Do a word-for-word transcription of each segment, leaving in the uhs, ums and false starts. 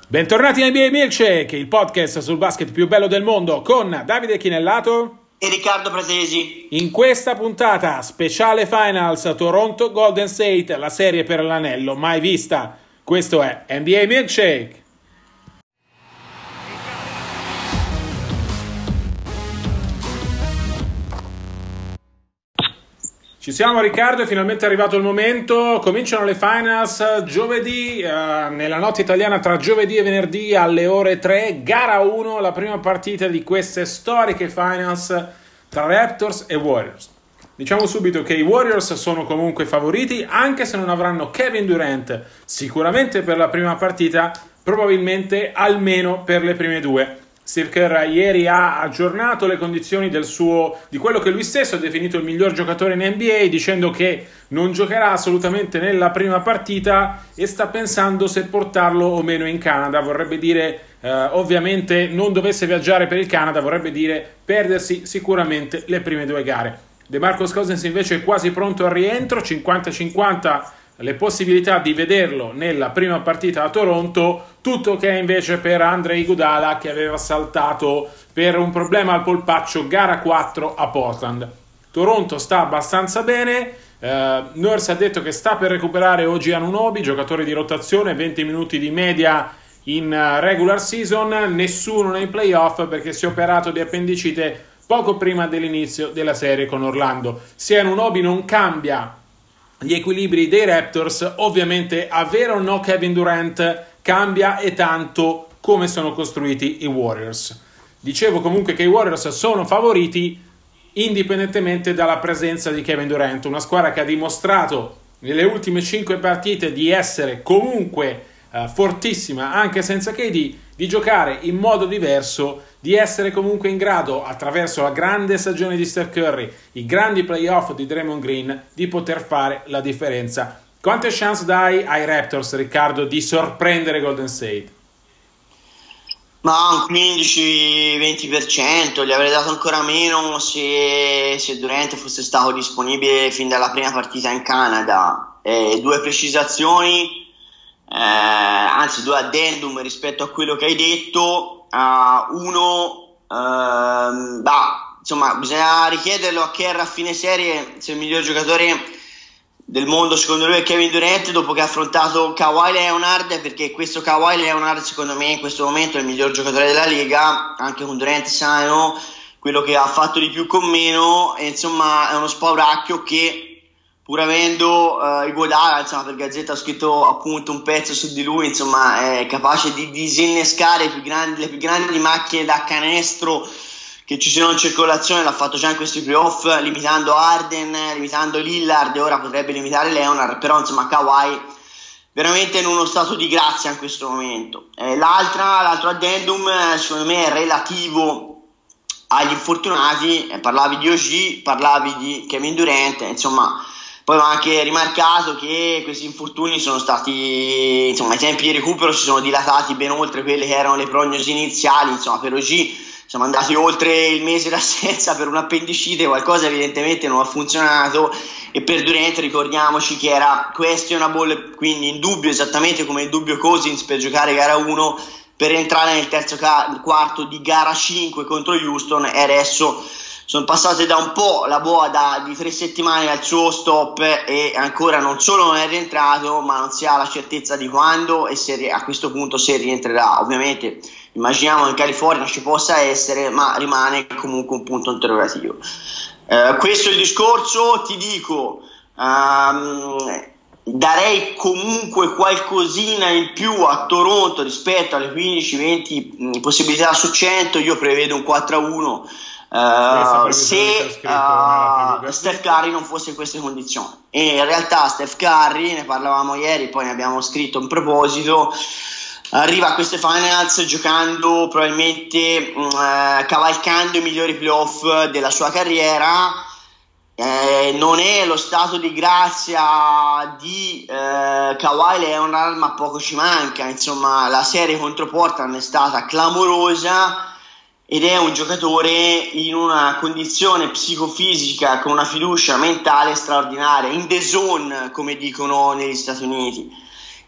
Bentornati in N B A Milkshake, il podcast sul basket più bello del mondo con Davide Chinellato e Riccardo Pratesi. In questa puntata speciale Finals Toronto Golden State, la serie per l'anello mai vista. Questo è N B A Milkshake. Ci siamo Riccardo, è finalmente arrivato il momento, cominciano le finals giovedì, eh, nella notte italiana tra giovedì e venerdì alle ore tre, gara uno, la prima partita di queste storiche finals tra Raptors e Warriors. Diciamo subito che i Warriors sono comunque favoriti, anche se non avranno Kevin Durant sicuramente per la prima partita, probabilmente almeno per le prime due. Steve Kerr ieri ha aggiornato le condizioni del suo, di quello che lui stesso ha definito il miglior giocatore in N B A, dicendo che non giocherà assolutamente nella prima partita e sta pensando se portarlo o meno in Canada. Vorrebbe dire, eh, ovviamente, non dovesse viaggiare per il Canada, vorrebbe dire perdersi sicuramente le prime due gare. DeMarcus Cousins invece è quasi pronto al rientro, cinquanta cinquanta le possibilità di vederlo nella prima partita a Toronto, tutto che invece per Andre Iguodala, che aveva saltato per un problema al polpaccio gara quattro a Portland. Toronto sta abbastanza bene, eh, Nurse ha detto che sta per recuperare O G Anunoby, giocatore di rotazione, venti minuti di media in regular season, nessuno nei playoff perché si è operato di appendicite poco prima dell'inizio della serie con Orlando. Se Anunoby non cambia gli equilibri dei Raptors, ovviamente avere o no Kevin Durant cambia e tanto come sono costruiti i Warriors. Dicevo comunque che i Warriors sono favoriti indipendentemente dalla presenza di Kevin Durant, una squadra che ha dimostrato nelle ultime cinque partite di essere comunque uh, fortissima anche senza K D, di giocare in modo diverso, di essere comunque in grado, attraverso la grande stagione di Steph Curry, i grandi playoff di Draymond Green, di poter fare la differenza. Quante chance dai ai Raptors, Riccardo, di sorprendere Golden State? Ma un quindici venti per cento, gli avrei dato ancora meno se, se Durant fosse stato disponibile fin dalla prima partita in Canada. Eh, due precisazioni, eh, anzi due addendum rispetto a quello che hai detto. Uh, uno, uh, bah, insomma, bisogna richiederlo a Kerr a fine serie se il miglior giocatore del mondo secondo lui è Kevin Durant dopo che ha affrontato Kawhi Leonard, perché questo Kawhi Leonard secondo me in questo momento è il miglior giocatore della Lega, anche con Durant sano, quello che ha fatto di più con meno, e insomma è uno spauracchio che pur avendo uh, Iguodala, insomma, per Gazzetta ho scritto appunto un pezzo su di lui, insomma è capace di disinnescare i più grandi, le più grandi macchine da canestro che ci sono in circolazione. L'ha fatto già in questi playoff limitando Harden, limitando Lillard, e ora potrebbe limitare Leonard, però insomma Kawhi veramente in uno stato di grazia in questo momento. Eh, l'altra, l'altro addendum secondo me è relativo agli infortunati, eh, parlavi di O G, parlavi di Kevin Durant, insomma. Poi ho anche rimarcato che questi infortuni sono stati, insomma, i tempi di recupero si sono dilatati ben oltre quelle che erano le prognosi iniziali. Insomma, per O G siamo andati oltre il mese d'assenza per un'appendicite, qualcosa evidentemente non ha funzionato, e per Durant ricordiamoci che era questionable, quindi in dubbio, esattamente come in dubbio Cousins per giocare gara uno, per entrare nel terzo ca- quarto di gara cinque contro Houston, e adesso sono passate da un po' la boa da, di tre settimane al suo stop, e ancora non solo non è rientrato, ma non si ha la certezza di quando e se a questo punto se rientrerà. Ovviamente immaginiamo che in California ci possa essere, ma rimane comunque un punto interrogativo. Eh, questo è il discorso, ti dico, um, darei comunque qualcosina in più a Toronto rispetto alle quindici venti possibilità su cento. Io prevedo un quattro a uno. Uh, se uh, Steph Curry non fosse in queste condizioni, e in realtà Steph Curry, ne parlavamo ieri, poi ne abbiamo scritto in proposito, arriva a queste finals giocando probabilmente uh, cavalcando i migliori playoff della sua carriera. Eh, non è lo stato di grazia di eh, Kawhi Leonard, ma poco ci manca. Insomma, la serie contro Portland è stata clamorosa ed è un giocatore in una condizione psicofisica con una fiducia mentale straordinaria, in the zone come dicono negli Stati Uniti,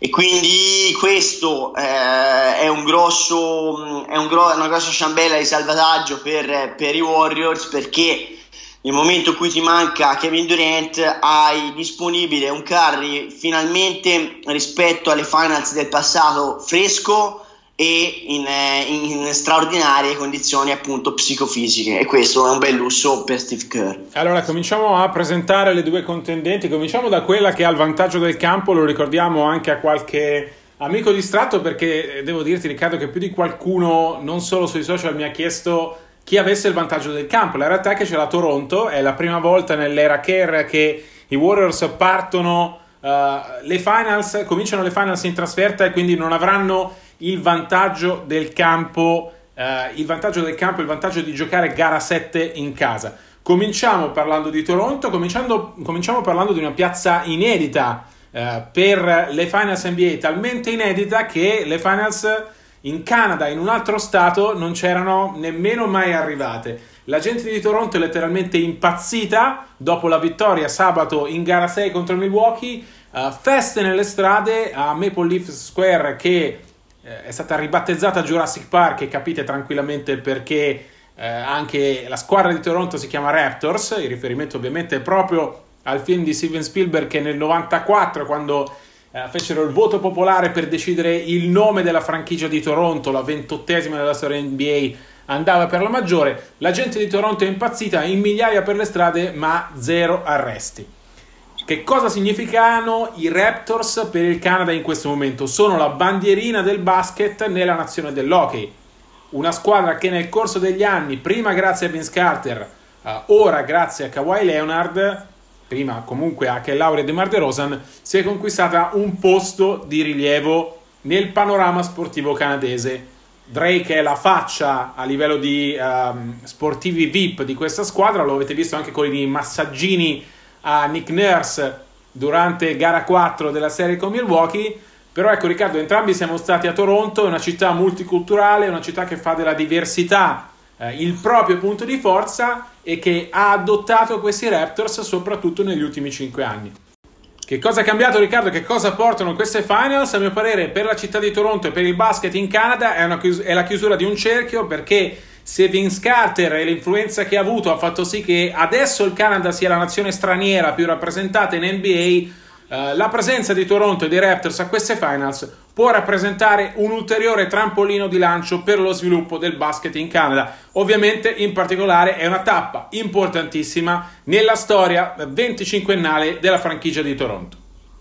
E quindi questo eh, è, un grosso, è un gro- una grossa ciambella di salvataggio per, per i Warriors, perché nel momento in cui ti manca Kevin Durant hai disponibile un Curry finalmente, rispetto alle finals del passato, fresco e in, in, in straordinarie condizioni appunto psicofisiche, e questo è un bel lusso per Steve Kerr. Allora cominciamo a presentare le due contendenti. Cominciamo da quella che ha il vantaggio del campo, lo ricordiamo anche a qualche amico distratto, perché devo dirti, Riccardo, che più di qualcuno non solo sui social mi ha chiesto chi avesse il vantaggio del campo. La realtà è che c'è la Toronto, è la prima volta nell'era Kerr che i Warriors partono uh, le finals, cominciano le finals in trasferta e quindi non avranno il vantaggio del campo, uh, il vantaggio del campo, il vantaggio di giocare gara sette in casa. Cominciamo parlando di Toronto, cominciando, cominciamo parlando di una piazza inedita uh, per le finals N B A, talmente inedita che le finals in Canada, in un altro stato, non c'erano nemmeno mai arrivate. La gente di Toronto è letteralmente impazzita dopo la vittoria sabato in gara sei contro Milwaukee. Uh, feste nelle strade a Maple Leaf Square, che eh, è stata ribattezzata Jurassic Park, e capite tranquillamente perché eh, anche la squadra di Toronto si chiama Raptors. Il riferimento ovviamente è proprio al film di Steven Spielberg, che nel novantaquattro, quando Uh, fecero il voto popolare per decidere il nome della franchigia di Toronto, la ventottesima della storia N B A, andava per la maggiore. La gente di Toronto è impazzita, in migliaia per le strade, ma zero arresti. Che cosa significano i Raptors per il Canada in questo momento? Sono la bandierina del basket nella nazione dell'hockey, una squadra che nel corso degli anni, prima grazie a Vince Carter, uh, ora grazie a Kawhi Leonard, prima comunque a Kyle Lowry e DeMar DeRozan, si è conquistata un posto di rilievo nel panorama sportivo canadese. Drake è la faccia a livello di um, sportivi V I P di questa squadra, lo avete visto anche con i massaggini a Nick Nurse durante gara quattro della serie con Milwaukee. Però ecco, Riccardo, entrambi siamo stati a Toronto, è una città multiculturale, una città che fa della diversità eh, il proprio punto di forza, e che ha adottato questi Raptors soprattutto negli ultimi cinque anni. Che cosa è cambiato, Riccardo? Che cosa portano queste finals? A mio parere, per la città di Toronto e per il basket in Canada è, una chius- è la chiusura di un cerchio, perché se Vince Carter e l'influenza che ha avuto ha fatto sì che adesso il Canada sia la nazione straniera più rappresentata in N B A, Uh, la presenza di Toronto e dei Raptors a queste finals può rappresentare un ulteriore trampolino di lancio per lo sviluppo del basket in Canada. Ovviamente, in particolare, è una tappa importantissima nella storia venticinquennale della franchigia di Toronto.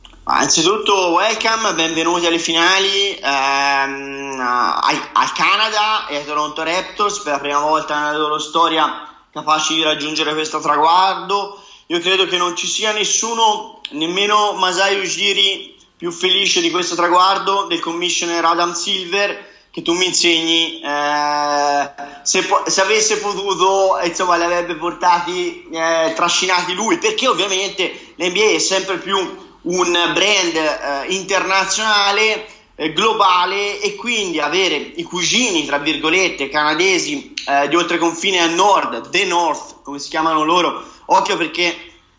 Anzitutto welcome, benvenuti alle finali ehm, al, al Canada e ai Toronto Raptors, per la prima volta nella loro storia capaci di raggiungere questo traguardo. Io credo che non ci sia nessuno, nemmeno Masai Ujiri, più felice di questo traguardo del commissioner Adam Silver, che tu mi insegni eh, se, po- se avesse potuto, insomma, li avrebbe portati, eh, trascinati lui, perché ovviamente l'N B A è sempre più un brand eh, internazionale, eh, globale, e quindi avere i cugini, tra virgolette, canadesi eh, di oltreconfine a nord, The North, come si chiamano loro. Occhio, perché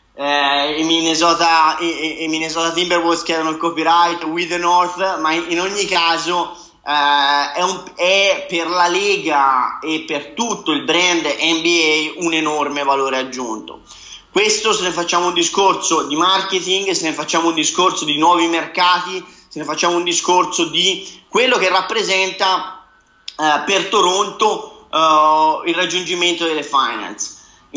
eh, i, Minnesota, i, i Minnesota Timberwolves chiedono il copyright with the North, ma in, in ogni caso eh, è, un, è per la Lega e per tutto il brand N B A un enorme valore aggiunto. Questo, se ne facciamo un discorso di marketing, se ne facciamo un discorso di nuovi mercati, se ne facciamo un discorso di quello che rappresenta eh, per Toronto eh, il raggiungimento delle finals.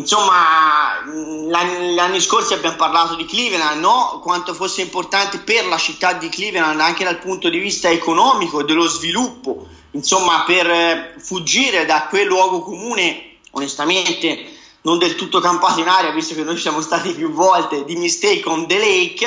Insomma, gli anni scorsi abbiamo parlato di Cleveland, no? Quanto fosse importante per la città di Cleveland anche dal punto di vista economico e dello sviluppo, insomma, per fuggire da quel luogo comune, onestamente non del tutto campato in aria, visto che noi siamo stati più volte di Mistake on the Lake.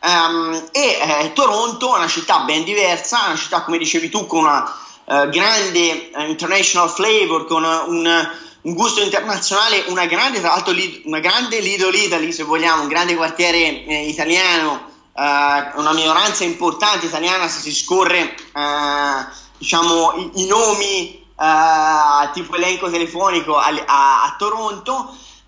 Um, e eh, Toronto è una città ben diversa, una città, come dicevi tu, con una uh, grande uh, international flavor, con uh, un un gusto internazionale, una grande, tra l'altro, una grande Little Italy, se vogliamo, un grande quartiere eh, italiano, eh, una minoranza importante italiana, se si scorre eh, diciamo i, i nomi eh, tipo elenco telefonico a, a, a Toronto.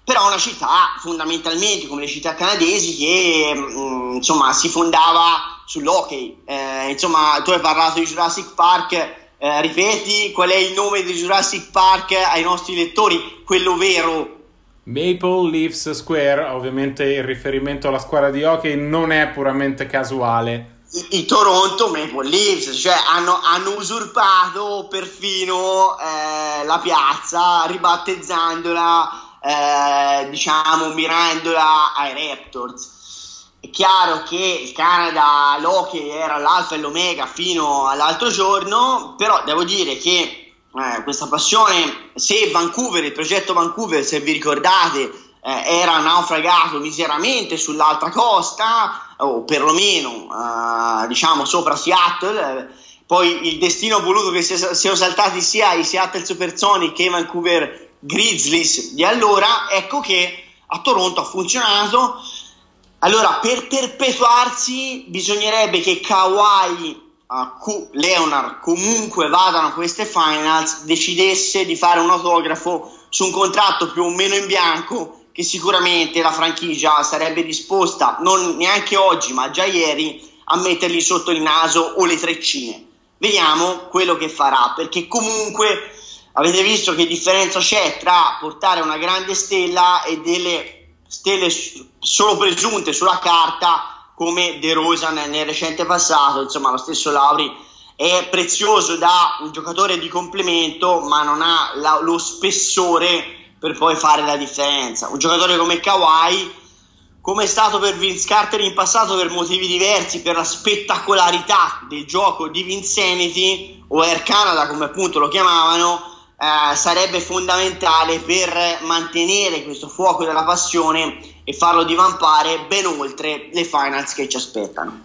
però una città fondamentalmente come le città canadesi che mh, insomma si fondava sull'hockey. Eh, insomma, tu hai parlato di Jurassic Park, eh, ripeti qual è il nome di Jurassic Park ai nostri lettori, quello vero. Maple Leafs Square, ovviamente il riferimento alla squadra di hockey non è puramente casuale. I, i Toronto Maple Leafs, cioè hanno, hanno usurpato perfino eh, la piazza, ribattezzandola, Eh, diciamo mirandola ai Raptors. È chiaro che il Canada, l'hockey era l'alfa e l'omega fino all'altro giorno, però devo dire che eh, questa passione, se Vancouver, il progetto Vancouver, se vi ricordate, eh, era naufragato miseramente sull'altra costa, o perlomeno eh, diciamo sopra Seattle, eh, poi il destino ha voluto che siano saltati sia i Seattle Supersonics che i Vancouver Grizzlies di allora. Ecco che a Toronto ha funzionato. Allora, per perpetuarsi bisognerebbe che Kawhi, uh, Leonard comunque vadano a queste finals, decidesse di fare un autografo su un contratto più o meno in bianco che sicuramente la franchigia sarebbe disposta, non neanche oggi ma già ieri, a mettergli sotto il naso o le treccine. Vediamo quello che farà, perché comunque avete visto che differenza c'è tra portare una grande stella e delle stelle solo presunte sulla carta come De Rosa nel recente passato. Insomma, lo stesso Lauri è prezioso da un giocatore di complemento, ma non ha la, lo spessore per poi fare la differenza. Un giocatore come Kawhi, come è stato per Vince Carter in passato per motivi diversi, per la spettacolarità del gioco di Vincenity o Air Canada come appunto lo chiamavano, Eh, sarebbe fondamentale per mantenere questo fuoco della passione e farlo divampare ben oltre le finals che ci aspettano.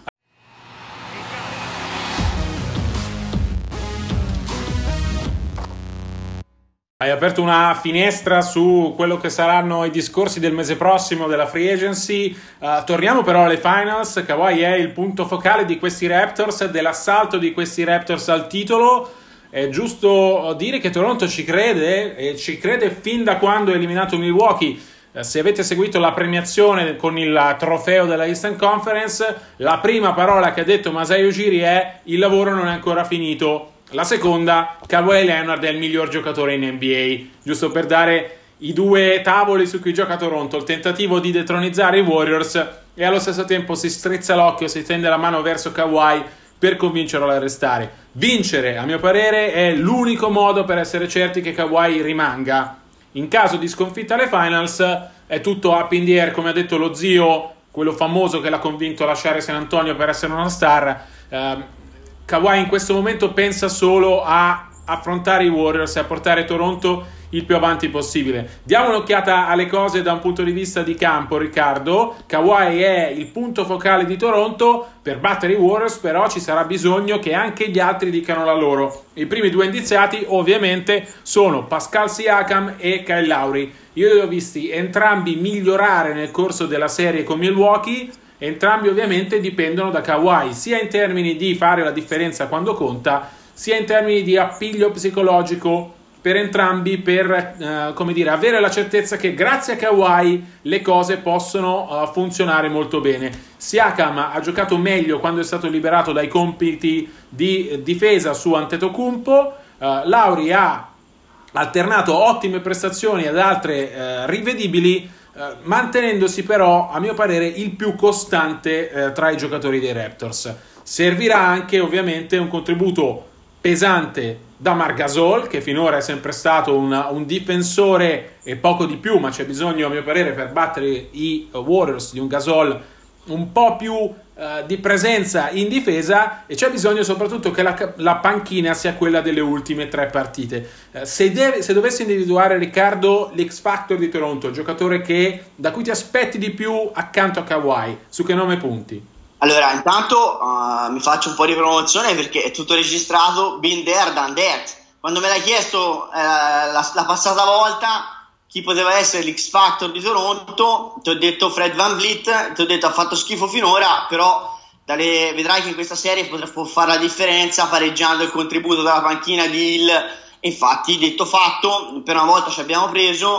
Hai aperto una finestra su quello che saranno i discorsi del mese prossimo della free agency. Uh, torniamo però alle finals. Kawhi è il punto focale di questi Raptors, dell'assalto di questi Raptors al titolo. È giusto dire che Toronto ci crede, e ci crede fin da quando ha eliminato Milwaukee. Eh, se avete seguito la premiazione con il trofeo della Eastern Conference, la prima parola che ha detto Masai Ujiri è: il lavoro non è ancora finito. La seconda, Kawhi Leonard è il miglior giocatore in N B A. Giusto per dare i due tavoli su cui gioca Toronto: il tentativo di detronizzare i Warriors e allo stesso tempo si strizza l'occhio, si tende la mano verso Kawhi per convincerlo a restare. Vincere, a mio parere, è l'unico modo per essere certi che Kawhi rimanga. In caso di sconfitta alle finals è tutto up in the air, come ha detto lo zio, quello famoso che l'ha convinto a lasciare San Antonio per essere una star. eh, Kawhi in questo momento pensa solo a affrontare i Warriors e a portare Toronto il più avanti possibile. Diamo un'occhiata alle cose da un punto di vista di campo, Riccardo. Kawhi è il punto focale di Toronto. Per battere i Warriors però ci sarà bisogno che anche gli altri dicano la loro. I primi due indiziati ovviamente sono Pascal Siakam e Kyle Lowry. Io li ho visti entrambi migliorare nel corso della serie con Milwaukee. Entrambi ovviamente dipendono da Kawhi, sia in termini di fare la differenza quando conta, sia in termini di appiglio psicologico per entrambi, per eh, come dire, avere la certezza che grazie a Kawhi le cose possono uh, funzionare molto bene. Siakam ha giocato meglio quando è stato liberato dai compiti di difesa su Antetokounmpo. uh, Lowry ha alternato ottime prestazioni ad altre uh, rivedibili, uh, mantenendosi però, a mio parere, il più costante uh, tra i giocatori dei Raptors. Servirà anche ovviamente un contributo pesante da Marc Gasol, che finora è sempre stato un, un difensore e poco di più, ma c'è bisogno, a mio parere, per battere i Warriors di un Gasol un po' più uh, di presenza in difesa, e c'è bisogno soprattutto che la, la panchina sia quella delle ultime tre partite. Uh, se, deve, se dovessi individuare, Riccardo, l'X Factor di Toronto, il giocatore che, da cui ti aspetti di più accanto a Kawhi, su che nome punti? Allora, intanto uh, mi faccio un po' di promozione perché è tutto registrato, been there, done that. Quando me l'hai chiesto eh, la, la passata volta chi poteva essere l'X Factor di Toronto, ti ho detto Fred VanVleet, ti ho detto ha fatto schifo finora, però dalle, vedrai che in questa serie potrà, può fare la differenza pareggiando il contributo dalla panchina di Hill. Infatti, detto fatto, per una volta ci abbiamo preso.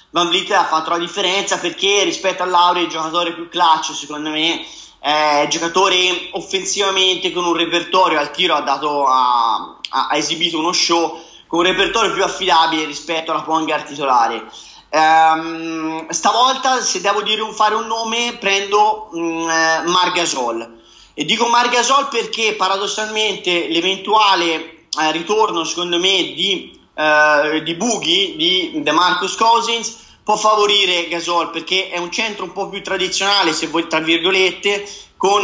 Van Vliet ha fatto la differenza, perché rispetto all'Auri è il giocatore più clutch, secondo me, è giocatore offensivamente con un repertorio al tiro, ha, dato, ha, ha esibito uno show con un repertorio più affidabile rispetto alla point guard titolare. Um, stavolta, se devo dire un, fare un nome, prendo um, Marc Gasol, e dico Marc Gasol perché paradossalmente l'eventuale eh, ritorno, secondo me, di, eh, di Boogie, di DeMarcus Cousins, può favorire Gasol, perché è un centro un po' più tradizionale, se vuoi, tra virgolette, con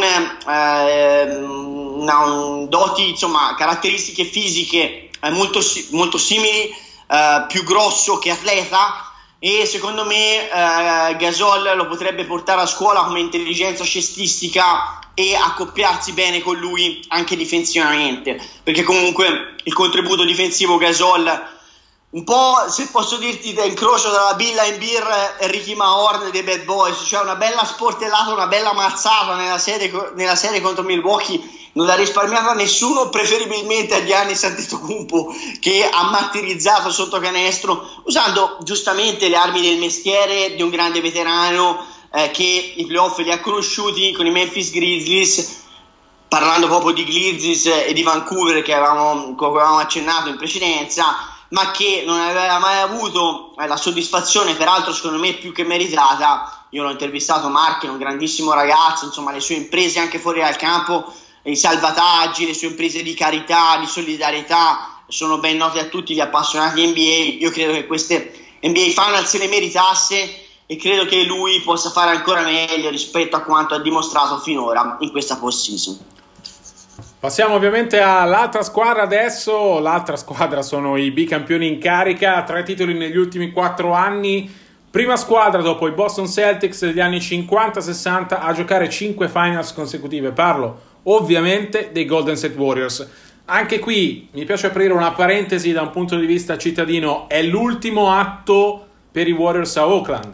eh, una, un doti, insomma, caratteristiche fisiche eh, molto, molto simili, eh, più grosso che atleta, e secondo me eh, Gasol lo potrebbe portare a scuola come intelligenza cestistica e accoppiarsi bene con lui anche difensivamente, perché comunque il contributo difensivo Gasol, un po', se posso dirti, da incrocio tra la Bill and Beer e Ricky Mahorn dei Bad Boys, cioè una bella sportellata, una bella mazzata nella serie, nella serie contro Milwaukee, non l'ha risparmiata nessuno, preferibilmente a Giannis Antetokounmpo, che ha martirizzato sotto canestro, usando giustamente le armi del mestiere di un grande veterano eh, che i playoff li ha conosciuti con i Memphis Grizzlies, parlando proprio di Grizzlies e di Vancouver che avevamo, che avevamo accennato in precedenza, ma che non aveva mai avuto eh, la soddisfazione, peraltro secondo me più che meritata. Io l'ho intervistato, Mark è un grandissimo ragazzo, insomma le sue imprese anche fuori dal campo, i salvataggi, le sue imprese di carità, di solidarietà sono ben note a tutti gli appassionati N B A. Io credo che queste N B A Finals se le meritasse, e credo che lui possa fare ancora meglio rispetto a quanto ha dimostrato finora in questa post-season. Passiamo ovviamente all'altra squadra adesso. L'altra squadra sono i bicampioni in carica, tre titoli negli ultimi quattro anni, prima squadra dopo i Boston Celtics degli anni cinquanta sessanta a giocare cinque finals consecutive. Parlo ovviamente dei Golden State Warriors. Anche qui mi piace aprire una parentesi da un punto di vista cittadino: è l'ultimo atto per i Warriors a Oakland.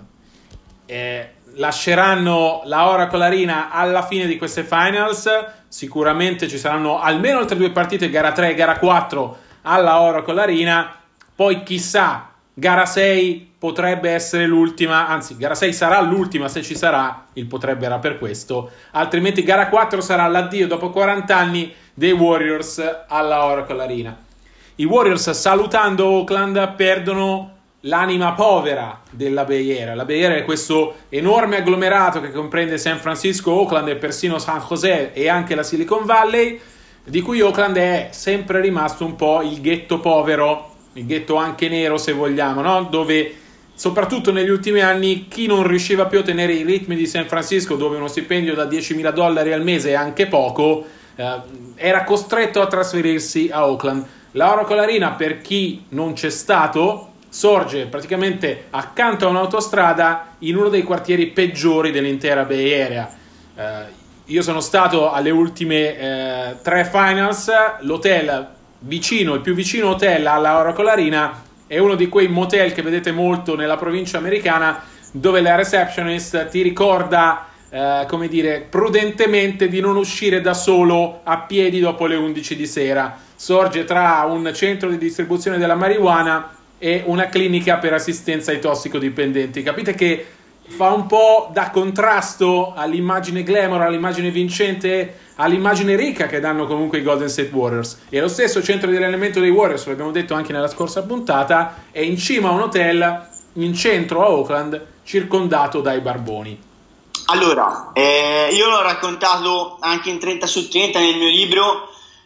Eh, lasceranno la Oracle Arena alla fine di queste finals. Sicuramente ci saranno almeno altre due partite, gara tre e gara quattro, alla Oracle Arena. Poi chissà, gara sei potrebbe essere l'ultima, anzi gara sei sarà l'ultima se ci sarà, il potrebbe era per questo, altrimenti gara quattro sarà l'addio dopo quaranta anni dei Warriors alla Oracle Arena. I Warriors, salutando Oakland, perdono l'anima povera della Bay Area. La Bay Area è questo enorme agglomerato che comprende San Francisco, Oakland e persino San José e anche la Silicon Valley, di cui Oakland è sempre rimasto un po' il ghetto povero, il ghetto anche nero se vogliamo, no? Dove soprattutto negli ultimi anni chi non riusciva più a tenere i ritmi di San Francisco, dove uno stipendio da diecimila dollari al mese è anche poco, eh, era costretto a trasferirsi a Oakland. La Oracle Arena, per chi non c'è stato, sorge praticamente accanto a un'autostrada in uno dei quartieri peggiori dell'intera Bay Area. Eh, io sono stato alle ultime eh, tre finals. L'hotel vicino, il più vicino hotel alla Oracle Arena è uno di quei motel che vedete molto nella provincia americana, dove la receptionist ti ricorda eh, come dire, prudentemente di non uscire da solo a piedi dopo le undici di sera. Sorge tra un centro di distribuzione della marijuana e una clinica per assistenza ai tossicodipendenti. Capite che fa un po' da contrasto all'immagine glamour, all'immagine vincente, all'immagine ricca che danno comunque i Golden State Warriors. E lo stesso centro di allenamento dei Warriors, l'abbiamo detto anche nella scorsa puntata, è in cima a un hotel in centro a Oakland, circondato dai barboni. Allora, eh, io l'ho raccontato anche in trenta su trenta nel mio libro.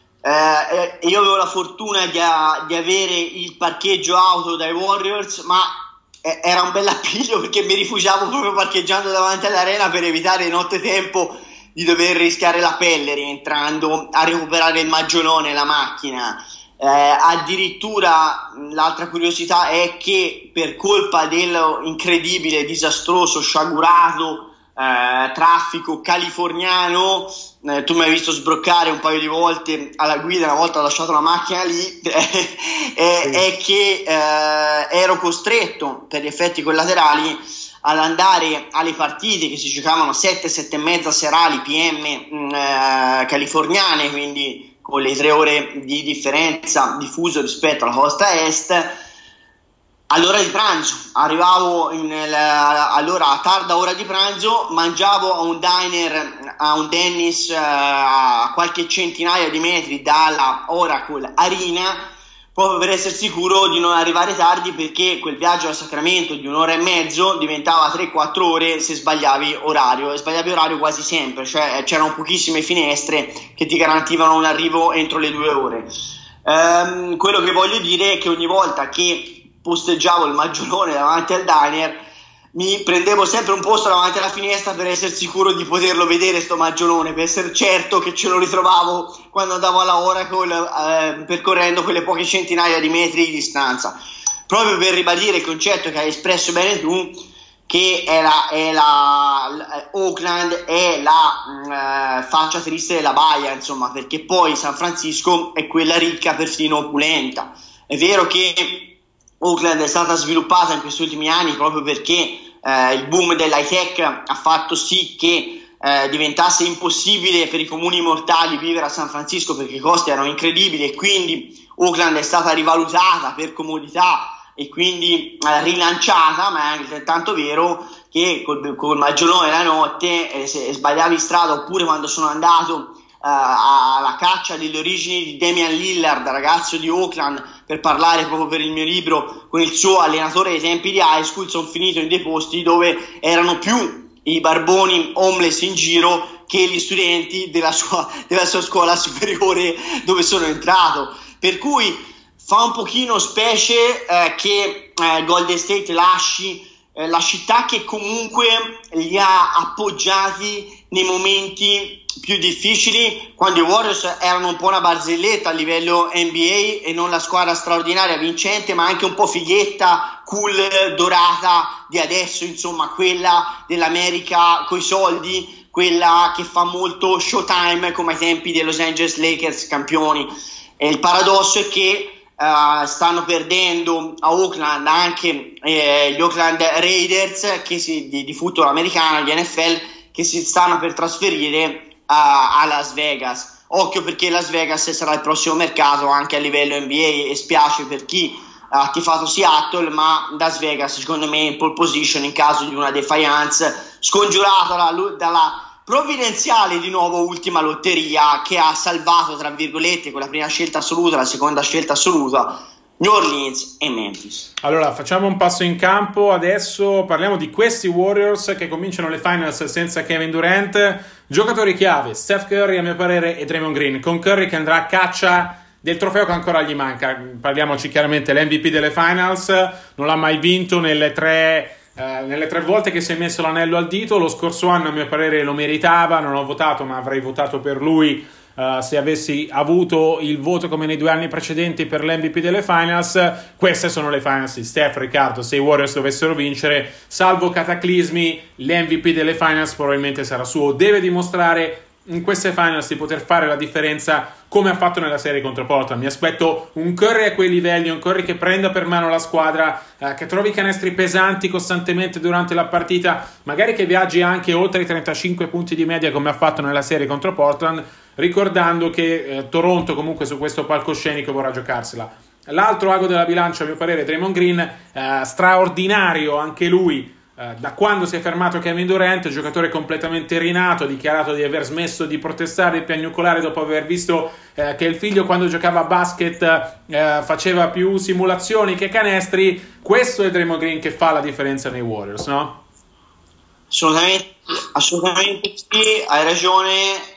Eh, io avevo la fortuna di, a, di avere il parcheggio auto dai Warriors, ma eh, era un bel appiglio, perché mi rifugiavo proprio parcheggiando davanti all'arena per evitare nottetempo di dover rischiare la pelle rientrando a recuperare il maggiolone, la macchina. Eh, addirittura l'altra curiosità è che per colpa dell'incredibile, disastroso, sciagurato eh, traffico californiano, eh, tu mi hai visto sbroccare un paio di volte alla guida, una volta ho lasciato la macchina lì, eh, sì. È che eh, ero costretto per gli effetti collaterali ad andare alle partite che si giocavano sette, sette e mezza serali P M eh, californiane, quindi con le tre ore di differenza di fuso rispetto alla costa est, all'ora di pranzo. Arrivavo in, allora a tarda ora di pranzo, mangiavo a un diner, a un Dennis a qualche centinaia di metri dalla Oracle Arena, proprio per essere sicuro di non arrivare tardi, perché quel viaggio a Sacramento di un'ora e mezzo diventava tre quattro ore se sbagliavi orario, e sbagliavi orario quasi sempre, cioè c'erano pochissime finestre che ti garantivano un arrivo entro le due ore. Ehm, quello che voglio dire è che ogni volta che posteggiavo il maggiolone davanti al diner mi prendevo sempre un posto davanti alla finestra per essere sicuro di poterlo vedere sto maggiolone, per essere certo che ce lo ritrovavo quando andavo alla Oracle, eh, percorrendo quelle poche centinaia di metri di distanza, proprio per ribadire il concetto che hai espresso bene tu, che è la, è la Oakland è la eh, faccia triste della baia, insomma, perché poi San Francisco è quella ricca, perfino opulenta. È vero che Oakland è stata sviluppata in questi ultimi anni proprio perché eh, il boom dell'high tech ha fatto sì che eh, diventasse impossibile per i comuni mortali vivere a San Francisco, perché i costi erano incredibili, e quindi Oakland è stata rivalutata per comodità e quindi eh, rilanciata. Ma è altrettanto vero che col, col maggiolone la notte, eh, se sbagliavi strada, oppure quando sono andato alla caccia delle origini di Damian Lillard, ragazzo di Oakland, per parlare proprio per il mio libro con il suo allenatore ai tempi di high school, sono finito in dei posti dove erano più i barboni homeless in giro che gli studenti della sua, della sua scuola superiore dove sono entrato, per cui fa un pochino specie eh, che eh, Golden State lasci eh, la città che comunque li ha appoggiati nei momenti più difficili, quando i Warriors erano un po' una barzelletta a livello N B A e non la squadra straordinaria vincente, ma anche un po' fighetta, cool, dorata di adesso, insomma, quella dell'America coi soldi, quella che fa molto showtime come ai tempi dei Los Angeles Lakers campioni. E il paradosso è che Uh, stanno perdendo a Oakland anche eh, gli Oakland Raiders, che si, di, di football americano, gli N F L, che si stanno per trasferire uh, a Las Vegas. Occhio, perché Las Vegas sarà il prossimo mercato anche a livello N B A, e spiace per chi ha tifato Seattle, ma Las Vegas secondo me è in pole position in caso di una defiance scongiurata dalla, dalla provvidenziale di nuovo ultima lotteria che ha salvato, tra virgolette, con la prima scelta assoluta, la seconda scelta assoluta, New Orleans e Memphis. Allora facciamo un passo in campo adesso, parliamo di questi Warriors che cominciano le finals senza Kevin Durant. Giocatori chiave: Steph Curry a mio parere e Draymond Green, con Curry che andrà a caccia del trofeo che ancora gli manca. Parliamoci chiaramente, l'M V P delle finals, non l'ha mai vinto nelle tre Uh, nelle tre volte che si è messo l'anello al dito. Lo scorso anno a mio parere lo meritava, non ho votato, ma avrei votato per lui uh, se avessi avuto il voto come nei due anni precedenti per l'M V P delle finals. Queste sono le finals di Steph. Riccardo, se i Warriors dovessero vincere, salvo cataclismi, l'M V P delle finals probabilmente sarà suo. Deve dimostrare in queste finals di poter fare la differenza come ha fatto nella serie contro Portland. Mi aspetto un Curry a quei livelli, un Curry che prenda per mano la squadra, eh, che trovi canestri pesanti costantemente durante la partita, magari che viaggi anche oltre i trentacinque punti di media come ha fatto nella serie contro Portland, ricordando che eh, Toronto comunque su questo palcoscenico vorrà giocarsela. L'altro ago della bilancia a mio parere è Draymond Green, eh, straordinario anche lui. Uh, da quando si è fermato Kevin Durant, giocatore completamente rinato, ha dichiarato di aver smesso di protestare e piagnucolare dopo aver visto uh, che il figlio, quando giocava a basket, uh, faceva più simulazioni che canestri. Questo è Draymond Green che fa la differenza nei Warriors, no? Assolutamente, assolutamente sì, hai ragione.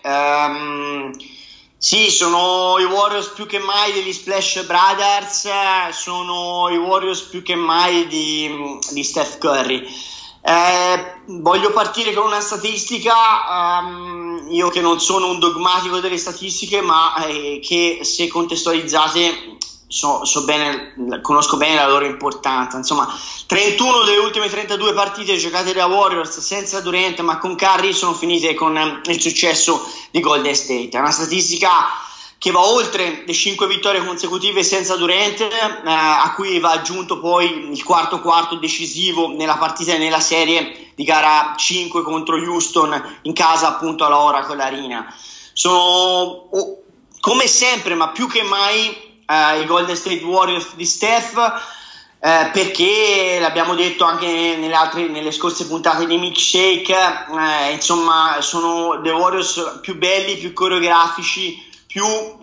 Um, sì, sono i Warriors più che mai degli Splash Brothers, sono i Warriors più che mai di, di Steph Curry. Eh, voglio partire con una statistica, um, io che non sono un dogmatico delle statistiche, ma eh, che se contestualizzate so, so bene, conosco bene la loro importanza. Insomma, trentuno delle ultime trentadue partite giocate da Warriors senza Durant ma con Curry sono finite con il successo di Golden State. È una statistica che va oltre le cinque vittorie consecutive senza Durant, eh, a cui va aggiunto poi il quarto quarto decisivo nella partita e nella serie di gara cinque contro Houston in casa appunto alla Oracle Arena. Sono oh, come sempre, ma più che mai, Uh, i Golden State Warriors di Steph. Eh, perché l'abbiamo detto anche nelle altre, nelle scorse puntate di Milkshake, eh, insomma sono dei Warriors più belli, più coreografici, più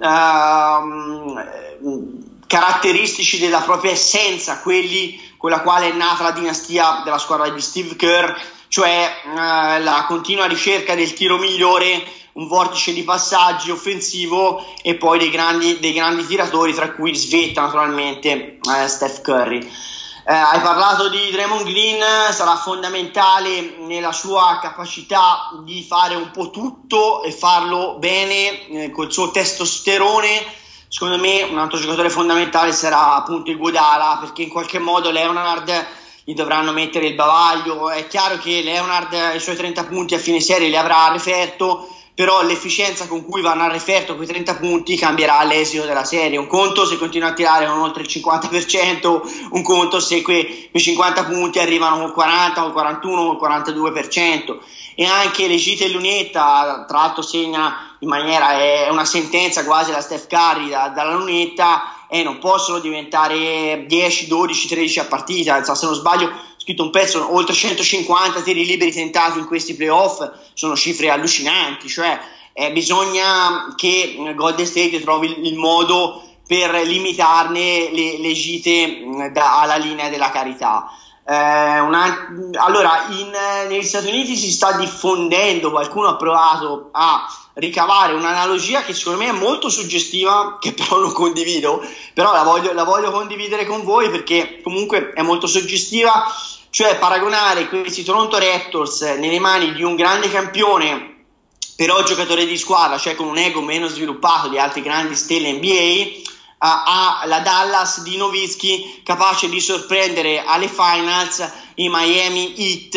ehm, caratteristici della propria essenza, quelli con la quale è nata la dinastia della squadra di Steve Kerr, cioè eh, la continua ricerca del tiro migliore, un vortice di passaggi offensivo e poi dei grandi, dei grandi tiratori, tra cui svetta naturalmente eh, Steph Curry. Eh, hai parlato di Draymond Green, sarà fondamentale nella sua capacità di fare un po' tutto e farlo bene eh, col suo testosterone. Secondo me un altro giocatore fondamentale sarà appunto Iguodala, perché in qualche modo Leonard gli dovranno mettere il bavaglio. È chiaro che Leonard i suoi trenta punti a fine serie li avrà a referto, però l'efficienza con cui vanno a referto quei trenta punti cambierà l'esito della serie. Un conto se continua a tirare con oltre il cinquanta per cento, un conto se quei, quei cinquanta punti arrivano col quaranta, col quarantuno, col quarantadue per cento. E anche le gite e lunetta, tra l'altro segna in maniera, è una sentenza quasi la Steph Curry da, dalla lunetta, e non possono diventare dieci, dodici, tredici a partita. Se non sbaglio ho scritto un pezzo, oltre centocinquanta tiri liberi tentati in questi playoff, sono cifre allucinanti, cioè eh, bisogna che Golden State trovi il, il modo per limitarne le, le gite mh, da, alla linea della carità. Eh, una, allora in, negli Stati Uniti si sta diffondendo, qualcuno ha provato a ricavare un'analogia che secondo me è molto suggestiva, che però non condivido, però la voglio, la voglio condividere con voi perché comunque è molto suggestiva, cioè paragonare questi Toronto Raptors nelle mani di un grande campione però giocatore di squadra, cioè con un ego meno sviluppato di altre grandi stelle N B A, alla Dallas di Nowitzki, capace di sorprendere alle finals i Miami Heat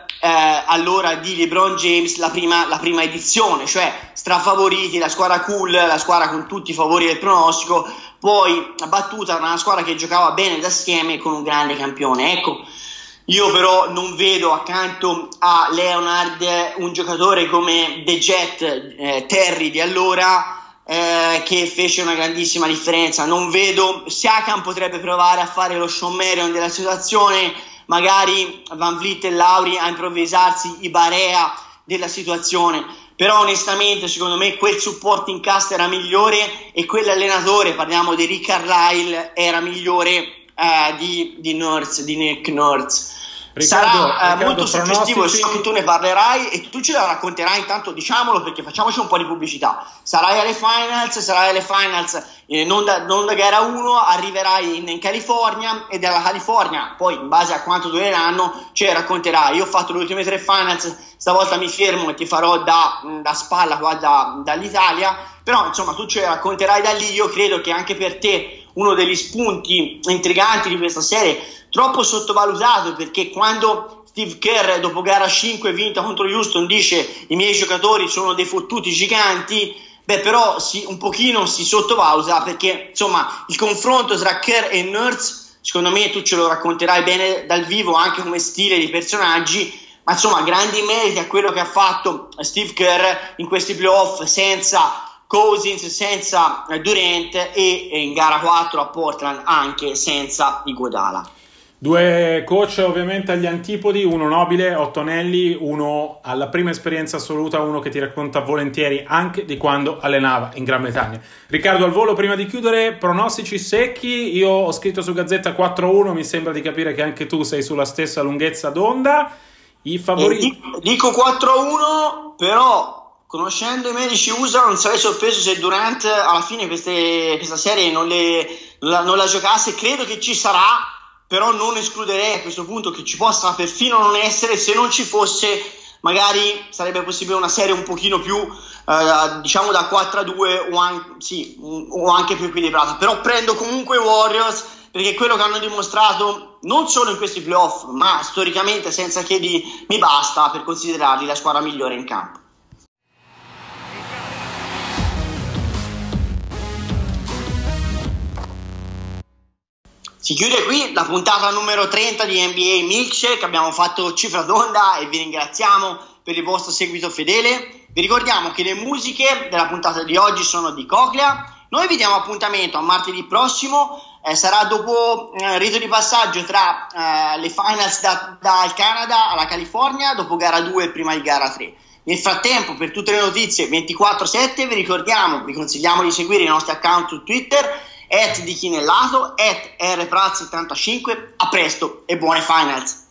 eh, allora di LeBron James, la prima, la prima edizione, cioè strafavoriti, la squadra cool, la squadra con tutti i favori del pronostico, poi battuta da una squadra che giocava bene d'assieme con un grande campione. Ecco, io però non vedo accanto a Leonard un giocatore come The Jet eh, Terry di allora, Eh, che fece una grandissima differenza. Non vedo, Siakam potrebbe provare a fare lo Shawn Marion della situazione, magari Van Vliet e Lauri a improvvisarsi i Barea della situazione, però onestamente secondo me quel supporting cast era migliore e quell'allenatore, parliamo di Rick Carlisle, era migliore eh, di, di Nurse, di Nick Nurse. Riccardo, Sarà eh, Riccardo, molto suggestivo, pronostici... so che tu ne parlerai e tu ce la racconterai, intanto diciamolo perché facciamoci un po' di pubblicità. Sarai alle finals, sarai alle finals eh, non, da, non da gara uno, arriverai in, in California e dalla California poi in base a quanto dureranno ce la racconterai. Io ho fatto le ultime tre finals, stavolta mi fermo e ti farò da, da spalla qua da, dall'Italia, però insomma tu ce la racconterai da lì. Io credo che anche per te uno degli spunti intriganti di questa serie, troppo sottovalutato, perché quando Steve Kerr dopo gara cinque vinta contro Houston dice i miei giocatori sono dei fottuti giganti, beh però si, un pochino si sottovaluta, perché insomma il confronto tra Kerr e Nurse secondo me tu ce lo racconterai bene dal vivo anche come stile di personaggi, ma insomma grandi meriti a quello che ha fatto Steve Kerr in questi playoff senza Cousins, senza Durant e, e in gara quattro a Portland anche senza Iguodala. Due coach ovviamente agli antipodi, uno nobile, otto anelli, uno alla prima esperienza assoluta, uno che ti racconta volentieri anche di quando allenava in Gran Bretagna. Riccardo, al volo, prima di chiudere, pronostici secchi. Io ho scritto su Gazzetta quattro a uno, mi sembra di capire che anche tu sei sulla stessa lunghezza d'onda. I favoriti... Eh, dico quattro a uno, però conoscendo i medici U S A non sarei sorpreso se Durant alla fine queste, questa serie non, le, non, la, non la giocasse. Credo che ci sarà, però non escluderei a questo punto che ci possa perfino non essere. Se non ci fosse, magari sarebbe possibile una serie un pochino più eh, diciamo da quattro a due o, an- sì, o anche più equilibrata, però prendo comunque i Warriors perché quello che hanno dimostrato non solo in questi playoff ma storicamente senza che di mi basta per considerarli la squadra migliore in campo. Si chiude qui la puntata numero trenta di N B A Milkshake. Abbiamo fatto cifra d'onda e vi ringraziamo per il vostro seguito fedele. Vi ricordiamo che le musiche della puntata di oggi sono di Cochlea, Noi vi diamo appuntamento a martedì prossimo, eh, sarà dopo eh, rito di passaggio tra eh, le finals da, dal Canada alla California, dopo gara due e prima di gara tre. Nel frattempo, per tutte le notizie ventiquattro sette, vi ricordiamo, vi consigliamo di seguire i nostri account su Twitter, at di Chinellato, at rpraz settantacinque. A presto e buone finals!